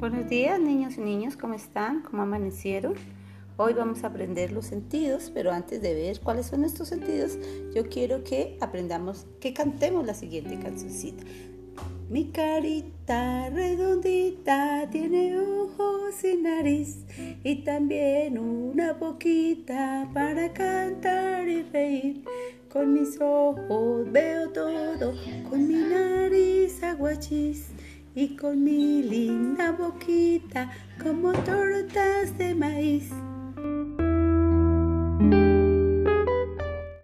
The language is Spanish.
Buenos días, niños y niñas, ¿cómo están? ¿Cómo amanecieron? Hoy vamos a aprender los sentidos, pero antes de ver cuáles son estos sentidos, yo quiero que aprendamos, que cantemos la siguiente cancioncita. Mi carita redondita tiene ojos y nariz y también una boquita para cantar y reír. Con mis ojos veo todo, con mi nariz aguachis y con mi linda boquita como tortas de maíz.